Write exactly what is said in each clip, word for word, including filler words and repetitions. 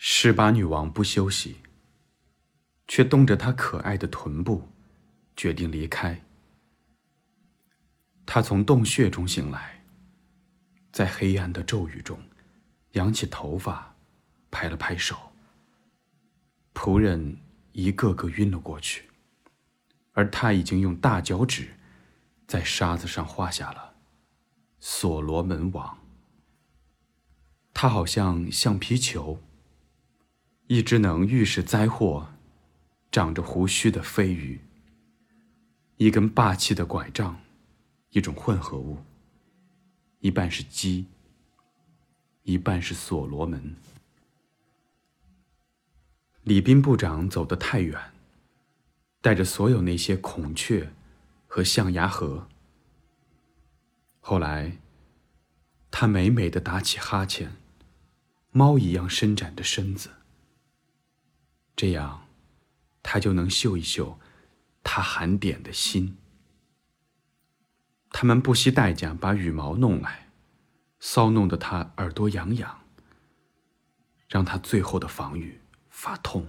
施巴女王不休息，却动着她可爱的臀部，决定离开。她从洞穴中醒来，在黑暗的咒语中扬起头发，拍了拍手。仆人一个个晕了过去，而他已经用大脚趾在沙子上画下了所罗门王。他好像橡皮球，一只能预示灾祸、长着胡须的飞鱼，一根霸气的拐杖，一种混合物，一半是鸡，一半是所罗门。礼宾部长走得太远，带着所有那些孔雀和象牙盒。后来他美美地打起哈欠，猫一样伸展着身子，这样他就能嗅一嗅他含点的心。他们不惜代价把羽毛弄来，骚弄得他耳朵痒痒，让他最后的防御发痛。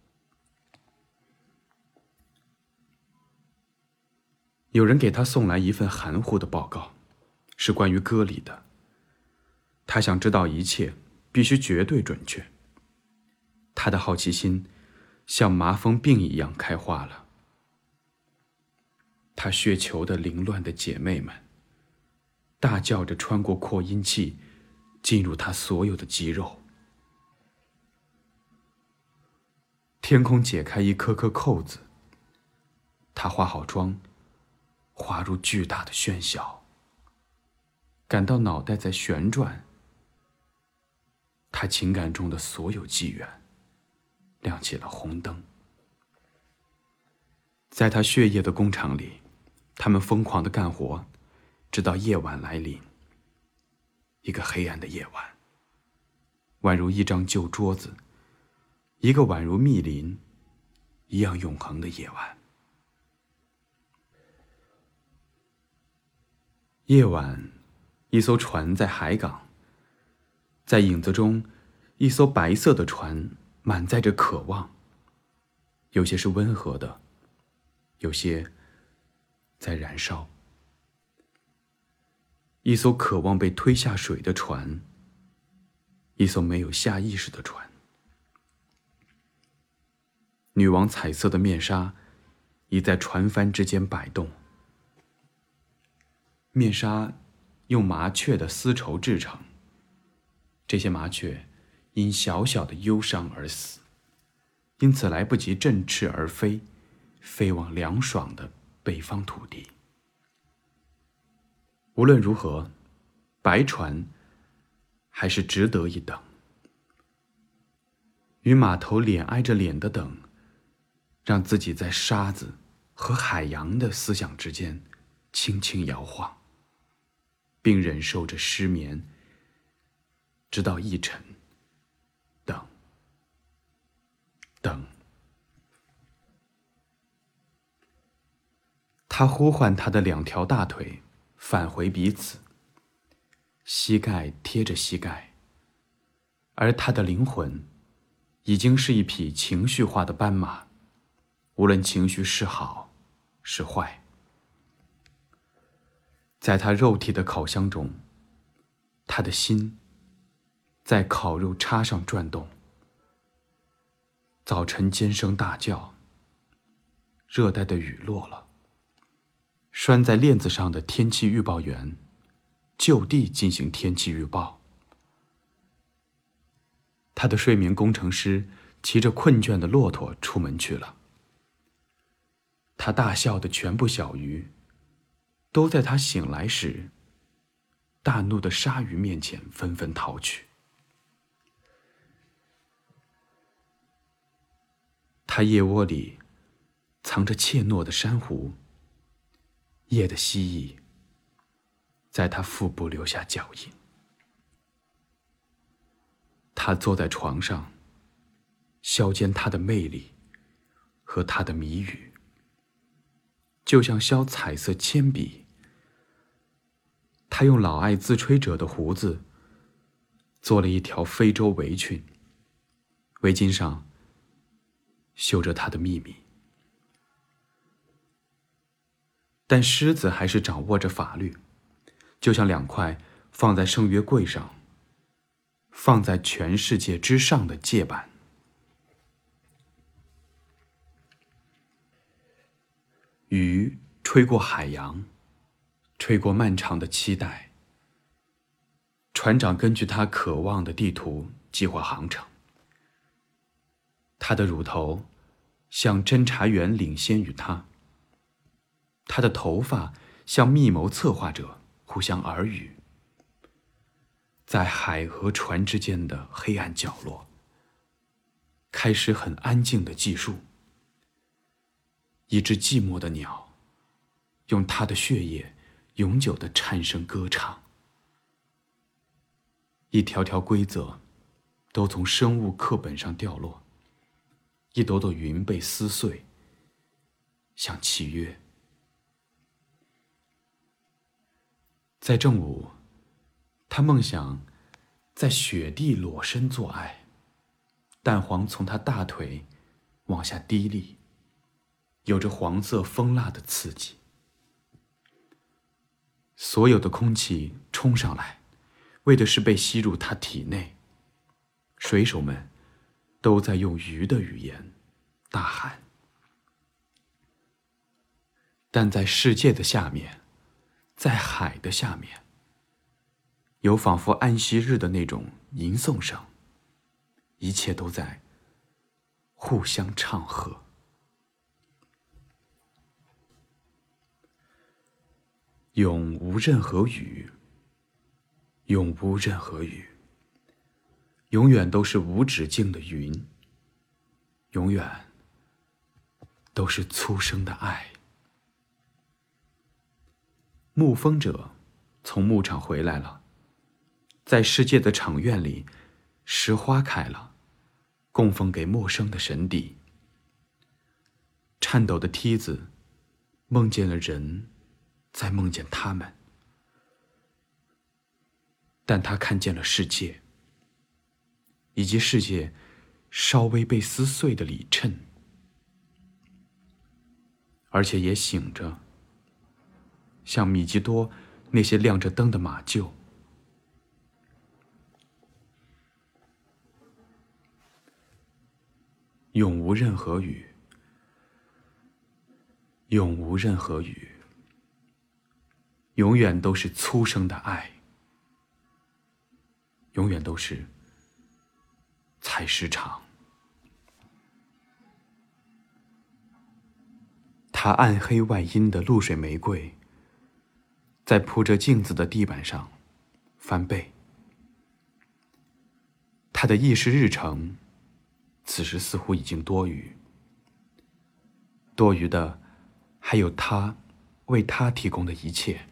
有人给他送来一份含糊的报告，是关于歌里的。他想知道一切，必须绝对准确。他的好奇心像麻风病一样开化了。他血球的凌乱的姐妹们大叫着穿过扩音器，进入他所有的肌肉。天空解开一颗颗扣子，他化好妆，滑入巨大的喧嚣，感到脑袋在旋转。他情感中的所有纪元亮起了红灯。在他血液的工厂里，他们疯狂地干活，直到夜晚来临。一个黑暗的夜晚，宛如一张旧桌子，一个宛如密林一样永恒的夜晚。夜晚，一艘船在海港，在影子中，一艘白色的船满载着渴望，有些是温和的，有些在燃烧。一艘渴望被推下水的船，一艘没有下意识的船。女王彩色的面纱已在船帆之间摆动。面纱用麻雀的丝绸制成，这些麻雀因小小的忧伤而死，因此来不及振翅而飞，飞往凉爽的北方土地。无论如何，白船还是值得一等。与码头脸挨着脸的等，让自己在沙子和海洋的思想之间轻轻摇晃，并忍受着失眠，直到一晨。等，等。他呼唤他的两条大腿返回彼此，膝盖贴着膝盖，而他的灵魂已经是一匹情绪化的斑马，无论情绪是好是坏。在他肉体的烤箱中，他的心在烤肉叉上转动。早晨尖声大叫，热带的雨落了。拴在链子上的天气预报员就地进行天气预报。他的睡眠工程师骑着困倦的骆驼出门去了。他大笑的全部小鱼都在他醒来时，大怒的鲨鱼面前纷纷逃去。他腋窝里藏着怯懦的珊瑚，夜的蜥蜴在他腹部留下脚印。他坐在床上，削尖他的魅力和他的谜语，就像削彩色铅笔。他用老爱自吹者的胡子做了一条非洲围裙， 围巾上绣着他的秘密。但狮子还是掌握着法律，就像两块放在圣约柜上，放在全世界之上的戒板。雨吹过海洋，吹过漫长的期待。船长根据他渴望的地图计划航程。他的乳头像侦查员领先于他，他的头发像密谋策划者互相耳语。在海和船之间的黑暗角落，开始很安静的计数。一只寂寞的鸟，用它的血液永久地颤声歌唱。一条条规则都从生物课本上掉落，一朵朵云被撕碎，像契约。在正午，他梦想在雪地裸身做爱，蛋黄从他大腿往下滴沥，有着黄色蜂蜡的刺激。所有的空气冲上来，为的是被吸入他体内。水手们都在用鱼的语言大喊。但在世界的下面，在海的下面，有仿佛安息日的那种吟诵声，一切都在互相唱和。永无任何雨，永无任何雨，永远都是无止境的云，永远都是粗声的爱。牧风者从牧场回来了，在世界的场院里，石花开了，供奉给陌生的神邸。颤抖的梯子梦见了人，再梦见他们，但他看见了世界，以及世界稍微被撕碎的里衬，而且也醒着，像米基多那些亮着灯的马厩。永无任何雨，永无任何雨，永远都是粗声的爱，永远都是采石场。他暗黑外阴的露水玫瑰，在铺着镜子的地板上翻倍。他的议事日程此时似乎已经多余，多余的还有他为他提供的一切。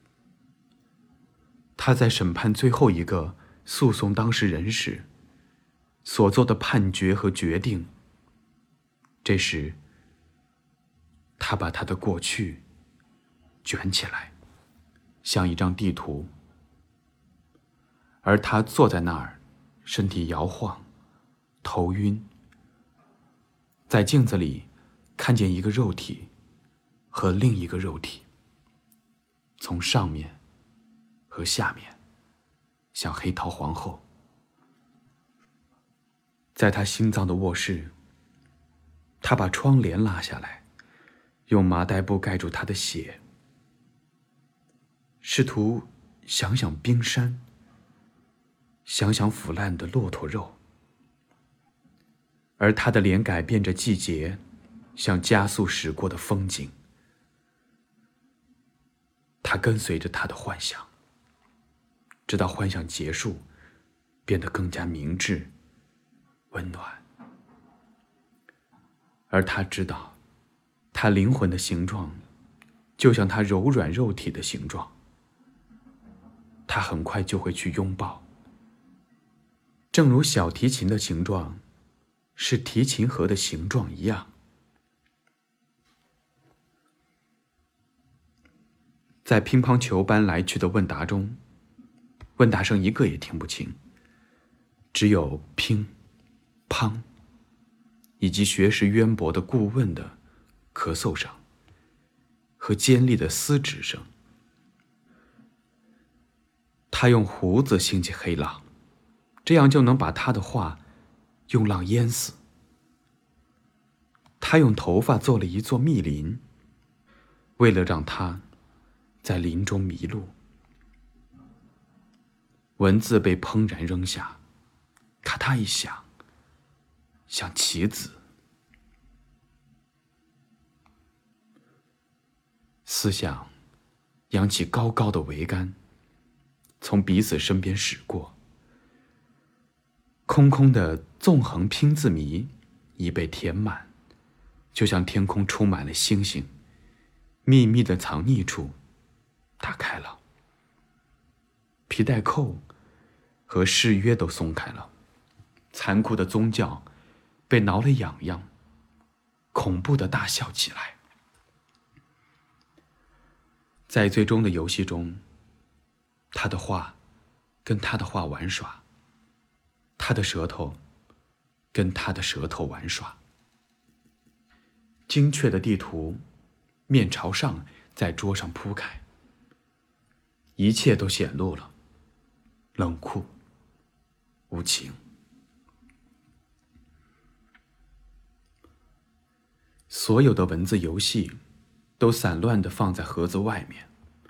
他在审判最后一个诉讼当事人时所做的判决和决定，这时他把他的过去卷起来，像一张地图，而他坐在那儿，身体摇晃，头晕，在镜子里看见一个肉体和另一个肉体，从上面和下面，像黑桃皇后。在他心脏的卧室，他把窗帘拉下来，用麻袋布盖住他的血，试图想想冰山，想想腐烂的骆驼肉。而他的脸改变着季节，像加速驶过的风景。他跟随着他的幻想，直到幻想结束，变得更加明智、温暖。而他知道，他灵魂的形状就像他柔软肉体的形状。他很快就会去拥抱，正如小提琴的形状是提琴盒的形状一样。在乒乓球般来去的问答中，问答声一个也听不清，只有乒、乓、 以及学识渊博的顾问的咳嗽声和尖利的丝指声。他用胡子兴起黑浪，这样就能把他的话用浪淹死。他用头发做了一座密林，为了让他在林中迷路。文字被怦然扔下，咔嗒一响，像棋子。思想扬起高高的桅杆，从彼此身边驶过。空空的纵横拼字谜已被填满，就像天空充满了星星，秘密的藏匿处打开了，皮带扣和誓约都松开了，残酷的宗教被挠了痒痒，恐怖的大笑起来。在最终的游戏中，他的画跟他的画玩耍，他的舌头跟他的舌头玩耍。精确的地图面朝上在桌上铺开，一切都显露了，冷酷无情。所有的文字游戏都散乱地放在盒子外面。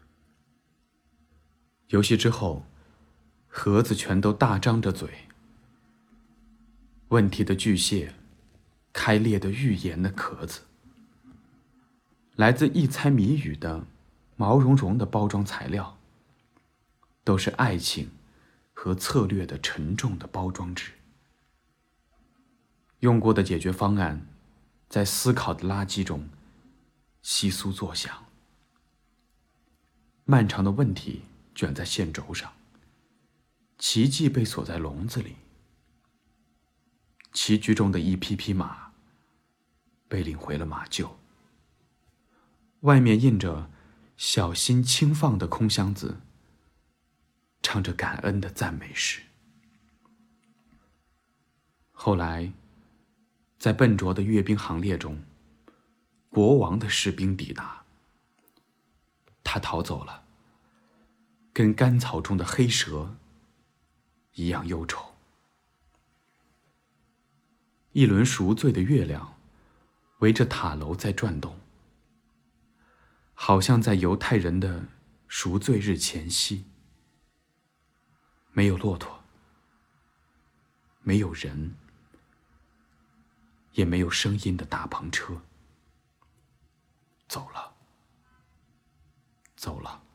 游戏之后，盒子全都大张着嘴，问题的巨蟹，开裂的预言的壳子，来自一猜谜语的毛茸茸的包装材料，都是爱情和策略的沉重的包装纸。用过的解决方案在思考的垃圾中窸窣作响，漫长的问题卷在线轴上，奇迹被锁在笼子里，棋局中的一匹匹马被领回了马厩，外面印着小心轻放的空箱子，唱着感恩的赞美诗。后来在笨拙的阅兵行列中，国王的士兵抵达，他逃走了，跟干草中的黑蛇一样忧愁。一轮赎罪的月亮围着塔楼在转动，好像在犹太人的赎罪日前夕。没有骆驼，没有人，也没有声音的大篷车，走了，走了。